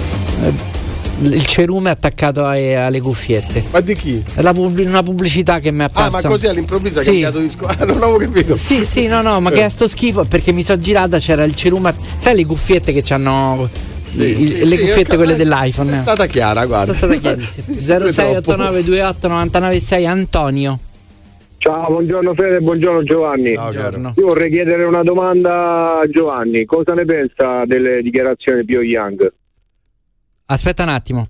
il cerume attaccato ai, alle cuffiette. Ma di chi? È la pub- una pubblicità che mi ha Ah, ma così all'improvviso ha sì. cambiato di squadra. Non avevo capito. Sì, sì, no, no, ma che è sto schifo? Perché mi sono girata, c'era il cerume. Sai le cuffiette che c'hanno sì, il, sì, le sì, cuffiette quelle dell'iPhone? È stata chiara, guarda. È stata chiarissima. zero sei otto nove due otto nove nove sei Antonio. Ciao, buongiorno Fede, buongiorno Giovanni. Ciao, buongiorno. Io vorrei chiedere una domanda a Giovanni. Cosa ne pensa delle dichiarazioni di Pyongyang? Aspetta un attimo.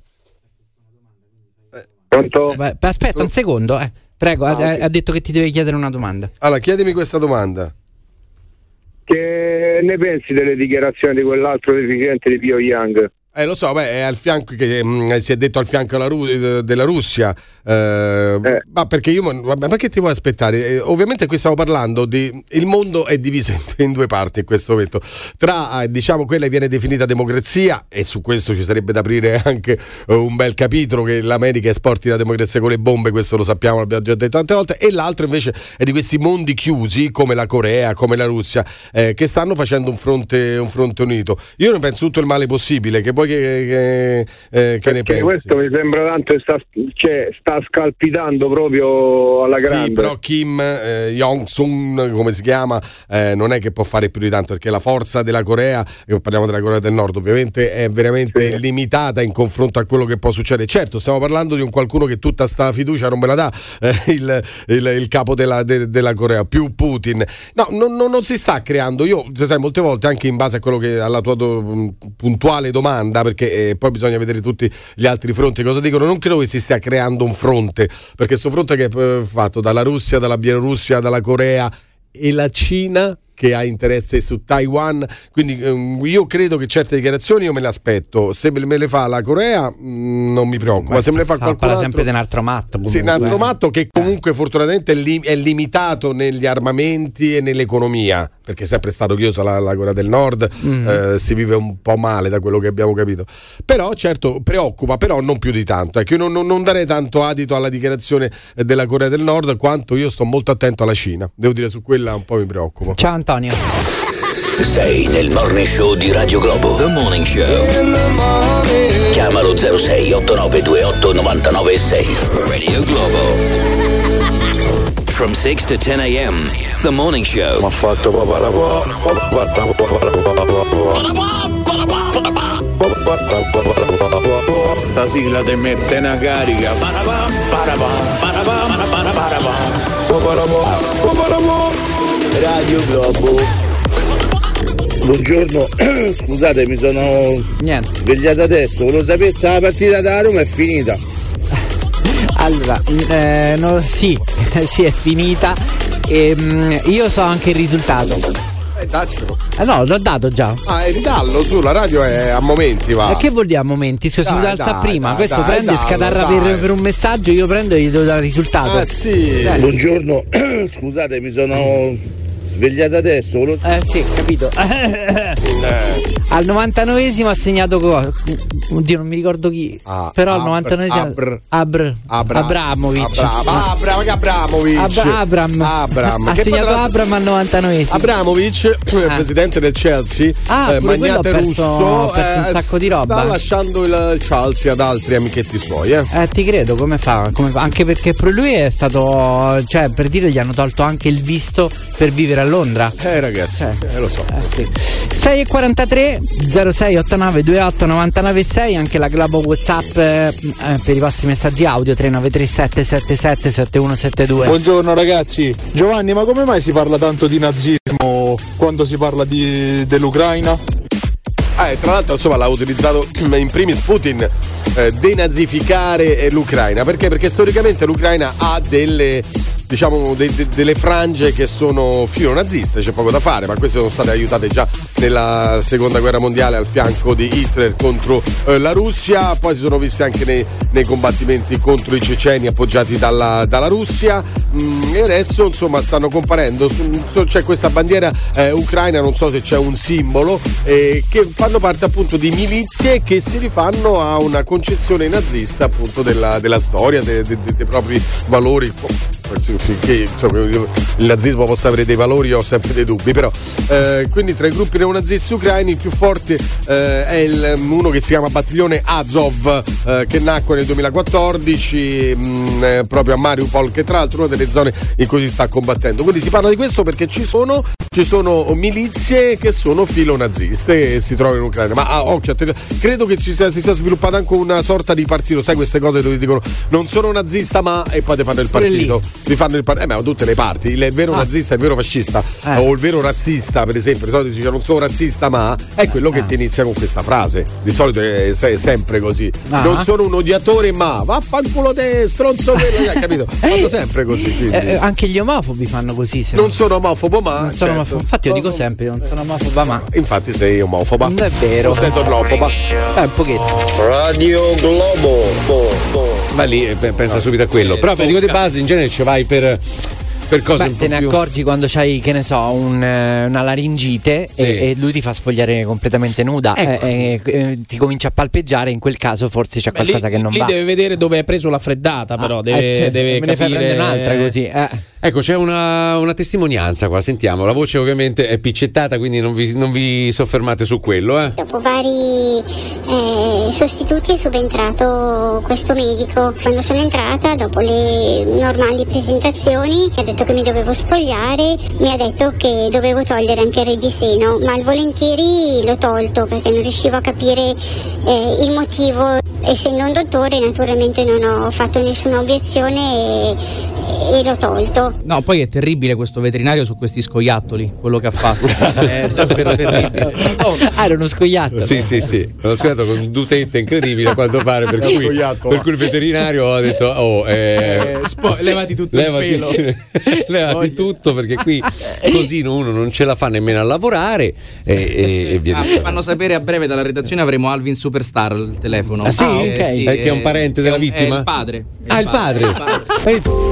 Pronto? Beh, aspetta un secondo, eh. Prego, ah, ha, okay. ha detto che ti deve chiedere una domanda. Allora, chiedimi questa domanda. Che ne pensi delle dichiarazioni di quell'altro deficiente di Pyongyang? Eh, lo so, beh, è al fianco che mh, si è detto al fianco della, Ru- della Russia. Eh, eh. Ma perché io, ma perché ti vuoi aspettare? Eh, ovviamente qui stiamo parlando di il mondo è diviso in, in due parti in questo momento. Tra eh, diciamo quella che viene definita democrazia, e su questo ci sarebbe da aprire anche eh, un bel capitolo, che l'America esporti la democrazia con le bombe, questo lo sappiamo, l'abbiamo già detto tante volte, e l'altro invece è di questi mondi chiusi come la Corea, come la Russia, eh, che stanno facendo un fronte, un fronte unito. Io ne penso tutto il male possibile, che poi che, che, eh, che ne pensi? Questo mi sembra tanto che sta, cioè, sta scalpitando proprio alla grande. Sì, però Kim eh, Jong-sun, come si chiama, eh, non è che può fare più di tanto, perché la forza della Corea, e parliamo della Corea del Nord ovviamente, è veramente sì. limitata in confronto a quello che può succedere. Certo, stiamo parlando di un qualcuno che tutta sta fiducia non me la dà, eh, il, il, il capo della, de, della Corea, più Putin. No, non, non, non si sta creando. Io, sai, molte volte anche in base a quello che alla tua do, puntuale domanda, perché eh, poi bisogna vedere tutti gli altri fronti cosa dicono, non credo che si stia creando un fronte, perché questo fronte che è eh, fatto dalla Russia, dalla Bielorussia, dalla Corea e la Cina, che ha interesse su Taiwan, quindi um, io credo che certe dichiarazioni io me le aspetto. Se me le fa la Corea mh, non mi preoccupa. Ma se me le fa qualcun altro, sempre di un altro matto, sì, un altro matto che comunque fortunatamente è, li- è limitato negli armamenti e nell'economia, perché è sempre stato chiuso la, la Corea del Nord, mm. eh, si vive un po' male da quello che abbiamo capito. Però certo preoccupa, però non più di tanto. Ecco, io non, non, non darei tanto adito alla dichiarazione della Corea del Nord, quanto io sto molto attento alla Cina. Devo dire, su quella un po' mi preoccupo. Ciao Antonio. Sei nel Morning Show di Radio Globo. The Morning Show. Chiamalo zero sei otto nove due otto nove nove sei. Radio Globo. From six to ten a.m. The Morning Show. Ma fatto papà sta sigla ti mette una carica. Radio Globo. Buongiorno, scusate, mi sono Niente. svegliato adesso. Volevo sapere se la partita da Roma è finita. Allora, eh, no, sì, sì, è finita. E, mh, io so anche il risultato. Eh, daccelo. Eh, no, l'ho dato già. Ah, e ridallo su, la radio è a momenti, va. E che vuol dire a momenti? Scusa, mi alza prima. Dai, Questo dai, prende, dallo, scatarra per, per un messaggio, io prendo e gli do il risultato. Ah, sì. Dai. Buongiorno, scusate, mi sono svegliato adesso. Volevo... Eh sì, capito. Al novantanovesimo ha segnato gol. Oddio, non mi ricordo chi. Ah, però al Abr- novantanovesimo Abr- Abr- Abra- Abramovic. Abra- Abra- Abra- Abramovic. Abra- Abram. Abram. Ha Che segnato potrà... Abram al novantanovesimo. Abramovic, ah. presidente del Chelsea, ah, eh, magnate perso, russo, perso un eh, sacco di roba. Sta lasciando il Chelsea ad altri amichetti suoi. Eh, eh ti credo, come fa? Come fa? Anche perché per lui è stato, cioè, per dire, gli hanno tolto anche il visto per vivere a Londra. Eh ragazzi, eh, eh lo so. Eh, sì. sei e quarantatré zero sei otto nove due otto nove nove sei, anche la Globo WhatsApp eh, per i vostri messaggi audio tre nove tre sette sette sette sette uno sette due. Buongiorno ragazzi. Giovanni, ma come mai si parla tanto di nazismo quando si parla di, dell'Ucraina? Ah, e tra l'altro insomma l'ha utilizzato in primis Putin, eh, denazificare l'Ucraina. Perché? Perché storicamente l'Ucraina ha delle, diciamo, de, de, delle frange che sono filo-naziste, c'è poco da fare, ma queste sono state aiutate già nella seconda guerra mondiale al fianco di Hitler contro eh, la Russia, poi si sono viste anche nei, nei combattimenti contro i ceceni appoggiati dalla, dalla Russia, mm, e adesso insomma stanno comparendo, su, su, c'è questa bandiera eh, ucraina, non so se c'è un simbolo, eh, che fanno parte appunto di milizie che si rifanno a una concezione nazista appunto della, della storia, dei, dei, dei propri valori. Finché insomma, il nazismo possa avere dei valori, ho sempre dei dubbi, però eh, quindi tra i gruppi neonazisti ucraini il più forte eh, è il, uno che si chiama Battaglione Azov, eh, che nacque nel duemilaquattordici mh, eh, proprio a Mariupol, che tra l'altro è una delle zone in cui si sta combattendo. Quindi si parla di questo perché ci sono ci sono milizie che sono filonaziste e si trovano in Ucraina, ma ah, occhio, credo che ci sia, si sia sviluppata anche una sorta di partito, sai queste cose dove dicono non sono nazista ma, e poi ti fanno il partito, ti fanno il partito, eh ma tutte le parti, il vero ah. nazista, il vero fascista eh. o il vero razzista, per esempio, di solito si dice non sono razzista ma, è quello che ah. ti inizia con questa frase, di solito è, è sempre così, ah. non sono un odiatore ma vaffanculo te stronzo quello, capito? Fanno sempre così, quindi. Eh, anche gli omofobi fanno così, non sono omofobo ma, non sono omofoba. Infatti io dico sempre, non sono omofoba, ma. Infatti sei omofoba. Non è vero. Non sei tornofoba. Eh, un pochetto. Radio Globo. Ma lì eh, pensa subito a quello. Però per dico di base in genere ci vai per. Per cose Beh, un po' te ne più... accorgi quando c'hai, che ne so, un, una laringite sì. e, e lui ti fa spogliare completamente nuda, ecco. e, e, e ti comincia a palpeggiare. In quel caso forse c'è Beh, qualcosa lì, che non lì va. Lì deve vedere dove hai preso la freddata, però ah, deve, eh, cioè, deve me capire. ne fai prendere un'altra così. Eh. Ecco, c'è una, una testimonianza qua, sentiamo. La voce ovviamente è piccettata, quindi non vi, non vi soffermate su quello. Eh. Dopo vari eh, sostituti è subentrato questo medico. Quando sono entrata, dopo le normali presentazioni, ha detto che mi dovevo spogliare. Mi ha detto che dovevo togliere anche il reggiseno, ma al volentieri l'ho tolto perché non riuscivo a capire eh, il motivo. Essendo un dottore, naturalmente non ho fatto nessuna obiezione e, e l'ho tolto. No, poi è terribile questo veterinario su questi scoiattoli, quello che ha fatto. È davvero terribile. Oh, ah, era uno scoiattolo. Sì, sì, sì. Uno scoiattolo con dutette incredibile a quanto pare. Per cui, per cui il veterinario ha detto: oh, eh, eh, spo- levati tutto levati, il pelo. levati tutto, perché qui così uno non ce la fa nemmeno a lavorare. E, e, e via ah, fanno sapere a breve dalla redazione avremo Alvin Superstar al telefono. Ah, sì? Ah, ok. Sì, perché è un parente della è un, vittima? È il padre. È ah, il padre. padre. Il padre.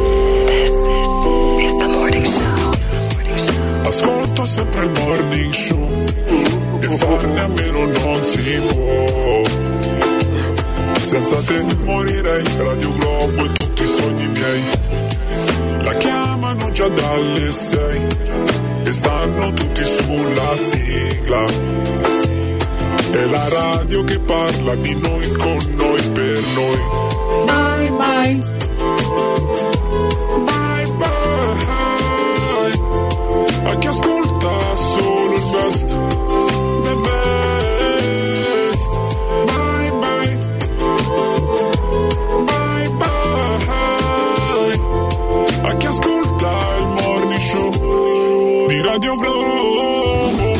Ascolto sempre il morning show e farne a meno non si può. Senza te morirei, Radio Globo e tutti i sogni miei. La chiamano già dalle sei e stanno tutti sulla sigla. È la radio che parla di noi, con noi, per noi. Mai, mai. A chi ascolta solo il best, the best. Bye bye, bye bye. A chi ascolta il morning show di Radio Globo.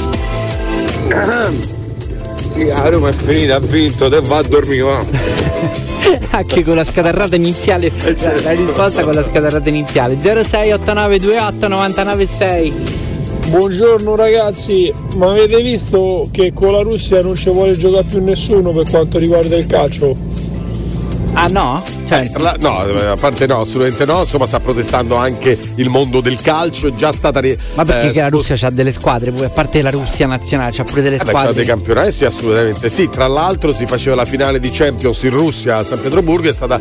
Sì, la Roma è finita, ha vinto, te va a dormire, va. Anche con la scatarrata iniziale, la, la risposta con la scatarrata iniziale. Zero sei otto nove due otto nove nove sei. Buongiorno ragazzi, ma avete visto che con la Russia non ci vuole giocare più nessuno per quanto riguarda il calcio? Ah no? Cioè, eh, la, no, a parte no, assolutamente no, insomma sta protestando anche il mondo del calcio, è già stata re, ma perché eh, che la Russia c'ha delle squadre, poi a parte la Russia nazionale c'ha pure delle eh squadre. Beh, c'ha dei campionati, sì, assolutamente sì. Tra l'altro si faceva la finale di Champions in Russia a San Pietroburgo, è stata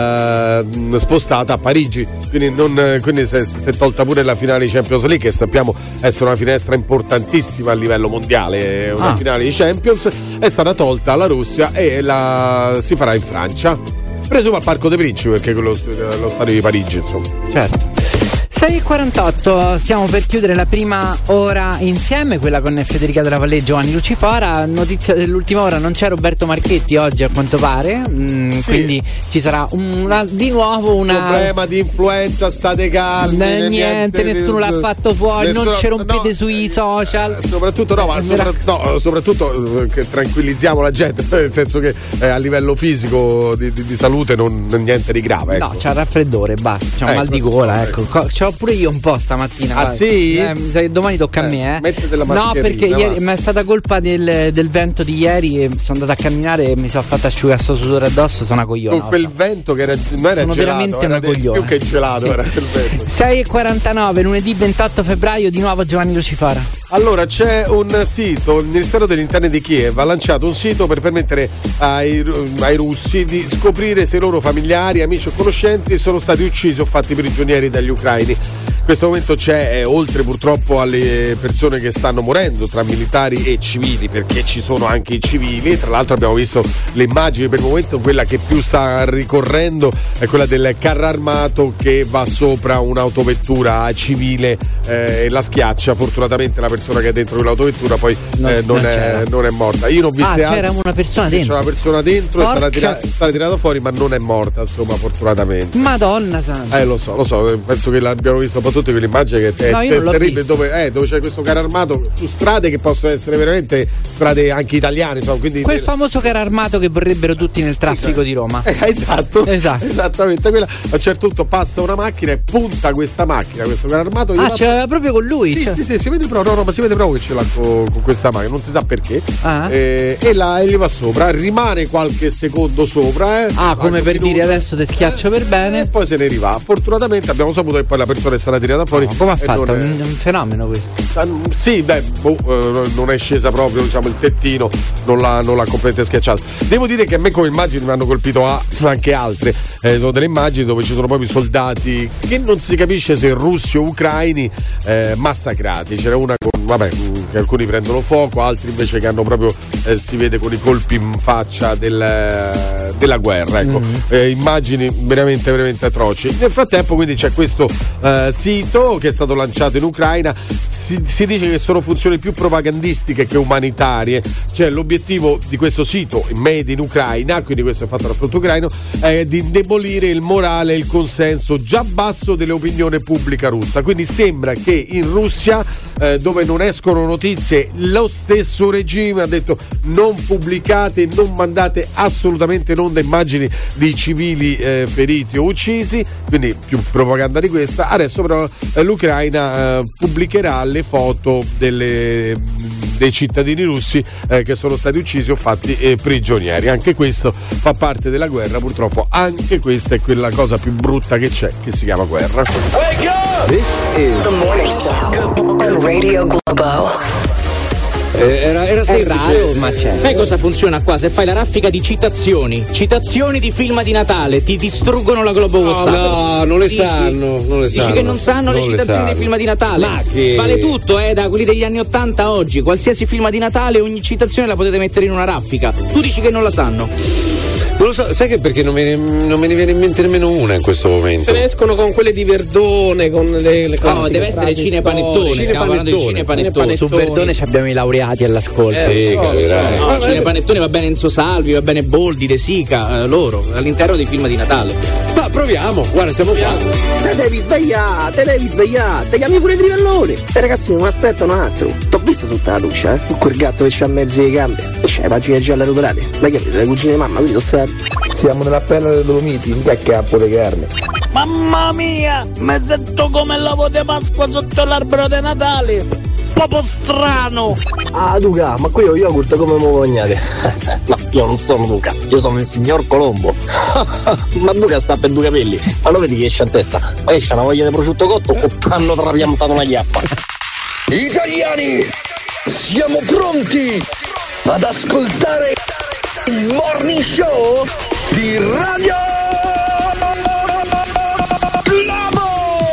eh, spostata a Parigi, quindi, non, quindi si, è, si è tolta pure la finale di Champions League, che sappiamo essere una finestra importantissima a livello mondiale, una ah. finale di Champions, è stata tolta alla Russia e la si farà in Francia. Presumo al Parco dei Principi, perché quello lo stadio di Parigi, insomma. Certo. sei e quarantotto, stiamo per chiudere la prima ora insieme, quella con Federica Della Valle e Giovanni Lucifora. Notizia dell'ultima ora, non c'è Roberto Marchetti oggi a quanto pare, mm, sì. Quindi ci sarà una, di nuovo una problema di influenza, state calmi. N- niente, niente, nessuno l'ha fatto fuori, nessuno, non ci rompete no, sui social. Eh, soprattutto no, ma sopra, no, soprattutto che tranquillizziamo la gente, nel senso che eh, a livello fisico di, di, di salute non, non niente di grave. Ecco. No, c'ha raffreddore, basta, c'ha un ecco, mal di gola, ecco. ecco. C'ho pure io un po' stamattina. Ah, vai. sì? Eh, mi sa che domani tocca eh, a me, eh. Mettete la mascherina. No, perché va. ieri mi è stata colpa del, del vento di ieri e sono andata a camminare e mi sono fatta asciugare sto sudore addosso, sono una cogliona. Con quel vento che era, non era sono gelato, veramente era una cogliona. Più che gelato, sì. Era il vento. sei e quarantanove, lunedì ventotto febbraio, di nuovo Giovanni Lucifora. Allora, c'è un sito, il Ministero degli Interni di Kiev ha lanciato un sito per permettere ai, ai russi di scoprire se i loro familiari, amici o conoscenti sono stati uccisi o fatti prigionieri dagli ucraini. In questo momento c'è, eh, oltre purtroppo alle persone che stanno morendo tra militari e civili, perché ci sono anche i civili, tra l'altro abbiamo visto le immagini, per il momento quella che più sta ricorrendo è quella del carro armato che va sopra un'autovettura civile eh, e la schiaccia. Fortunatamente la persona che è dentro quell'autovettura poi no, eh, non, non, è, non è morta. Io non ho viste ah, c'era altre, una persona dentro. C'era una persona dentro Porca... e sarà tirata, sarà tirata fuori, ma non è morta, insomma, fortunatamente. Madonna santa. Eh lo so, lo so, penso che l'abbiamo visto un po' tutte quell'immagine che è, no, è terribile, dove, eh, dove c'è questo carro armato su strade che possono essere veramente strade anche italiane, insomma, quindi quel de... famoso carro armato che vorrebbero tutti nel traffico esatto. di Roma. Eh, esatto, esatto, esattamente quella. A un certo punto passa una macchina e punta questa macchina, questo carro armato. Ah, ce l'aveva proprio con lui. Sì, cioè. sì, sì, si vede proprio, no, no, ma si vede proprio che ce l'ha con, con questa macchina, non si sa perché. Ah. Eh, e là e gli va sopra, rimane qualche secondo sopra. Eh, ah, come per dire adesso te schiaccio per bene. E poi se ne arriva. Fortunatamente abbiamo saputo che poi la persona è stata tirata fuori. No, come ha fatto? È... Un, un fenomeno questo. Sì, beh, boh, eh, non è scesa proprio, diciamo, il tettino, non l'ha, non l'ha completamente schiacciato. Devo dire che a me come immagini mi hanno colpito a, anche altre. Eh, sono delle immagini dove ci sono proprio i soldati che non si capisce se russi o ucraini eh, massacrati. C'era una con, vabbè, che alcuni prendono fuoco, altri invece che hanno proprio, eh, si vede con i colpi in faccia del, della guerra, ecco. Mm-hmm. Eh, immagini veramente, veramente atroci. Nel frattempo quindi c'è questo eh, sito che è stato lanciato in Ucraina, si, si dice che sono funzioni più propagandistiche che umanitarie, cioè l'obiettivo di questo sito Made in Ucraina, quindi questo è fatto dal fronte ucraino, è di indebolire il morale e il consenso già basso dell'opinione pubblica russa. Quindi sembra che in Russia, eh, dove non escono notizie, lo stesso regime ha detto non pubblicate, non mandate assolutamente in onda immagini di civili eh, feriti o uccisi, quindi più propaganda di questa. Adesso però eh, l'Ucraina eh, pubblicherà le foto delle, dei cittadini russi eh, che sono stati uccisi o fatti eh, prigionieri. Anche questo fa parte della guerra, purtroppo anche questa è quella cosa più brutta che c'è, che si chiama guerra. Wake up! This is The Morning Show on Radio Globo. Eh, era, era semplice, raro, ma c'è. Sai cosa funziona qua? Se fai la raffica di citazioni, citazioni di film di Natale, ti distruggono la Globo WhatsApp. No, no, non le Dici, sanno, non le dici sanno. che non sanno non le citazioni sanno. dei film di Natale. Ma che... Vale tutto, eh, da quelli degli anni ottanta a oggi. Qualsiasi film di Natale, ogni citazione la potete mettere in una raffica. Tu dici che non la sanno. Non lo so, sai che perché non me, ne, non me ne viene in mente nemmeno una in questo momento. Se ne escono con quelle di Verdone, con le, le No, deve essere cinepanettone. Cine Stiamo parlando di cinepanettone. Su Verdone ci abbiamo i laureati all'ascolto. Eh, sì, so, capirai. so. No, cinepanettone va bene Enzo Salvi, va bene Boldi, De Sica, eh, loro, all'interno dei film di Natale. Ma proviamo, guarda, siamo qua. Te devi svegliare, te devi svegliare, te chiami pure i trivelloni. E ragazzini, ma aspetta un attimo. T'ho visto sotto la doccia, eh? Quel gatto che c'ha mezzi le gambe e c'ha le pagine gialle rotolate. Ma che sei le cugine di mamma, quindi lo sai. Siamo nella penna delle Dolomiti, mica campo di carne. Mamma mia, mi sento come l'uovo di Pasqua sotto l'albero di Natale. Proprio strano. Ah, Duca, ma qui ho yogurt come mi vogliate? No, io non sono Duca, io sono il signor Colombo. Ma Duca sta per due capelli, ma lo vedi che esce a testa? Ma esce una voglia di prosciutto cotto o t'hanno trapiantato una chiappa? Italiani, siamo pronti ad ascoltare il Morning Show di Radio Globo!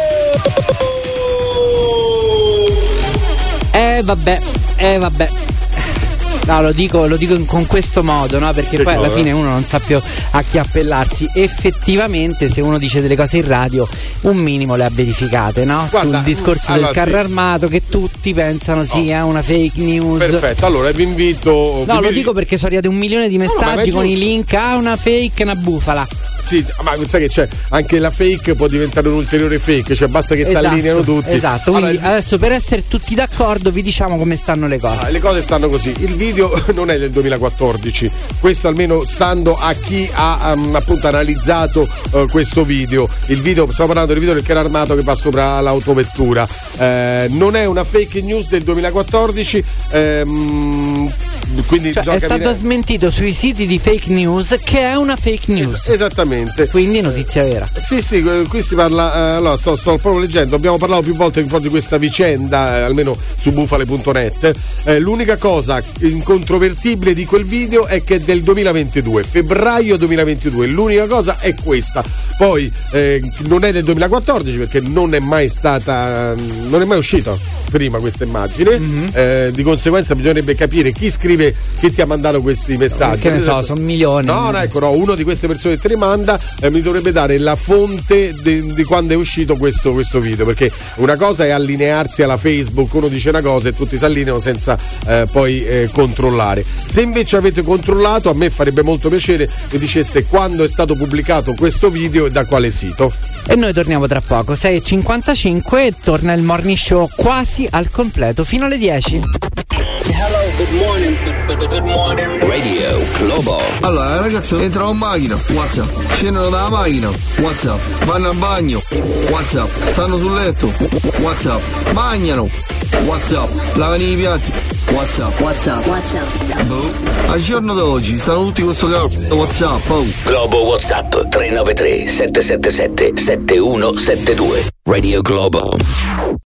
Eh vabbè, eh vabbè. No, lo dico, lo dico con questo modo, no? Perché che poi cosa? alla fine uno non sa più a chi appellarsi. Effettivamente, se uno dice delle cose in radio, un minimo le ha verificate, no? Guarda, sul discorso allora, del carro sì. armato, che tutti pensano sia Oh. una fake news. Perfetto, allora vi invito. No, vi lo invito- dico perché sono arrivati un milione di no, ma messaggi è con i giusto. link a una fake, una bufala. Sì, ma sai che c'è anche la fake può diventare un ulteriore fake, cioè basta che si Esatto, allineano tutti. Esatto, quindi Allora, adesso per essere tutti d'accordo vi diciamo come stanno le cose. Ah, le cose stanno così, il video non è del duemilaquattordici, questo almeno stando a chi ha um, appunto analizzato uh, questo video. Il video, stiamo parlando del video del carro armato che va sopra l'autovettura, eh, non è una fake news del duemilaquattordici, ehm, quindi Cioè, bisogna è capire- stato smentito sui siti di fake news che è una fake news. Es- esattamente. Quindi notizia vera. Sì, sì, eh, qui si parla, eh, allora sto, sto proprio leggendo, abbiamo parlato più volte un po' di questa vicenda, eh, almeno su bufale punto net. Eh, l'unica cosa incontrovertibile di quel video è che è del duemilaventidue, febbraio duemilaventidue, l'unica cosa è questa. Poi eh, non è del duemilaquattordici perché non è mai stata, non è mai uscita prima questa immagine, Mm-hmm. eh, di conseguenza bisognerebbe capire chi scrive, chi ti ha mandato questi messaggi. Che ne so, sono milioni. No, no, ecco, no, uno di queste persone che te li manda eh, mi dovrebbe dare la fonte di, di quando è uscito questo, questo video, perché una cosa è allinearsi alla Facebook, uno dice una cosa e tutti si allineano senza eh, poi eh, controllare. Se invece avete controllato, a me farebbe molto piacere che diceste quando è stato pubblicato questo video e da quale sito. E noi torniamo tra poco, sei e cinquantacinque e torna il morning show quasi al completo fino alle dieci. Hello, good morning, good, good Radio Globo. Allora ragazzi, entrano in macchina, WhatsApp. Scendono dalla macchina, WhatsApp. Vanno al bagno, WhatsApp. Stanno sul letto, WhatsApp. Mangiano, WhatsApp. Lavano i piatti, WhatsApp. WhatsApp. WhatsApp. Boh. Al giorno d'oggi stanno tutti con sto cazzo WhatsApp. Oh. Globo WhatsApp tre nove tre sette sette sette sette uno sette due. Radio Globo.